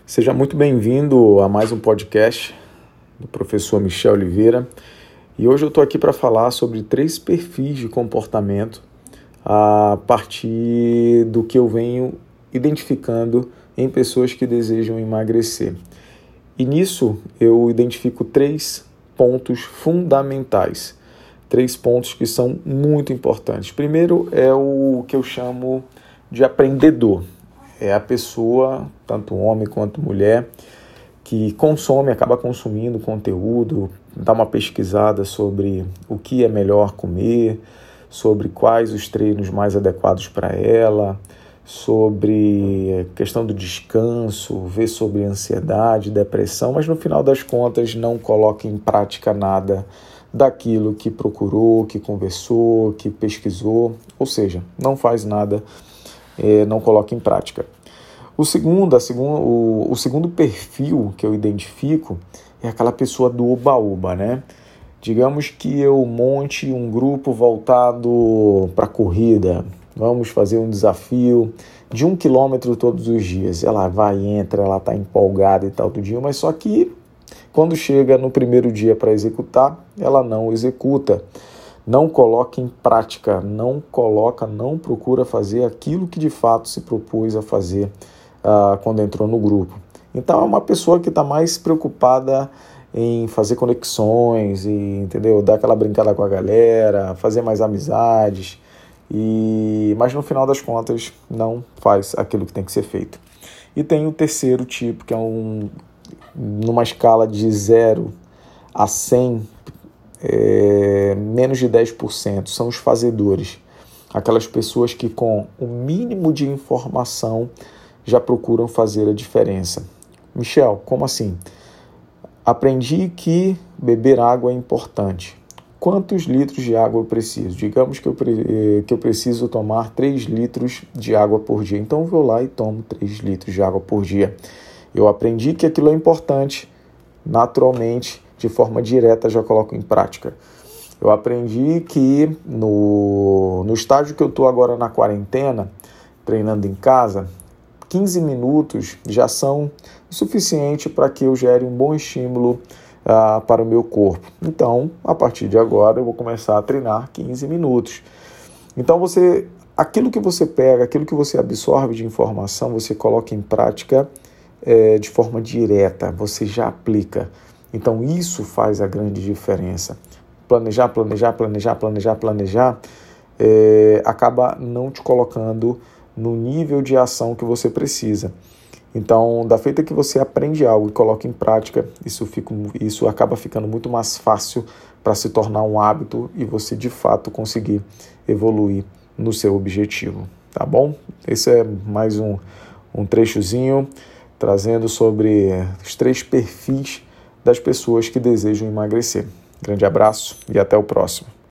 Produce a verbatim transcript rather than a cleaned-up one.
Seja muito bem-vindo a mais um podcast do professor Michel Oliveira. E hoje eu estou aqui para falar sobre três perfis de comportamento a partir do que eu venho identificando em pessoas que desejam emagrecer. E nisso eu identifico três pontos fundamentais, três pontos que são muito importantes. Primeiro é o que eu chamo de aprendedor. É a pessoa, tanto homem quanto mulher, que consome, acaba consumindo conteúdo, dá uma pesquisada sobre o que é melhor comer, sobre quais os treinos mais adequados para ela, sobre a questão do descanso, vê sobre ansiedade, depressão, mas no final das contas não coloca em prática nada daquilo que procurou, que conversou, que pesquisou, ou seja, não faz nada, é, não coloca em prática. O segundo, a segundo, o, o segundo perfil que eu identifico é aquela pessoa do oba-oba, né? Digamos que eu monte um grupo voltado para corrida, vamos fazer um desafio de um quilômetro todos os dias. Ela vai, entra, ela está empolgada e tal do dia, mas só que quando chega no primeiro dia para executar, ela não executa, não coloca em prática, não coloca, não procura fazer aquilo que de fato se propôs a fazer uh, quando entrou no grupo. Então é uma pessoa que está mais preocupada em fazer conexões, e, entendeu? Dar aquela brincada com a galera, fazer mais amizades, e... mas no final das contas não faz aquilo que tem que ser feito. E tem o terceiro tipo, que é um, numa escala de zero a cem, é, menos de dez por cento, são os fazedores. Aquelas pessoas que com o mínimo de informação já procuram fazer a diferença. Michel, como assim? Aprendi que beber água é importante. Quantos litros de água eu preciso? Digamos que eu, pre- que eu preciso tomar três litros de água por dia. Então eu vou lá e tomo três litros de água por dia. Eu aprendi que aquilo é importante. Naturalmente, de forma direta, já coloco em prática. Eu aprendi que no, no estágio que eu estou agora na quarentena, treinando em casa, quinze minutos já são o suficiente para que eu gere um bom estímulo uh, para o meu corpo. Então, a partir de agora, eu vou começar a treinar quinze minutos. Então, você, aquilo que você pega, aquilo que você absorve de informação, você coloca em prática é, de forma direta, você já aplica. Então, isso faz a grande diferença. Planejar, planejar, planejar, planejar, planejar, é, acaba não te colocando no nível de ação que você precisa. Então, da feita que você aprende algo e coloca em prática, isso, fica, isso acaba ficando muito mais fácil para se tornar um hábito e você, de fato, conseguir evoluir no seu objetivo. Tá bom? Esse é mais um, um trechozinho trazendo sobre os três perfis das pessoas que desejam emagrecer. Grande abraço e até o próximo.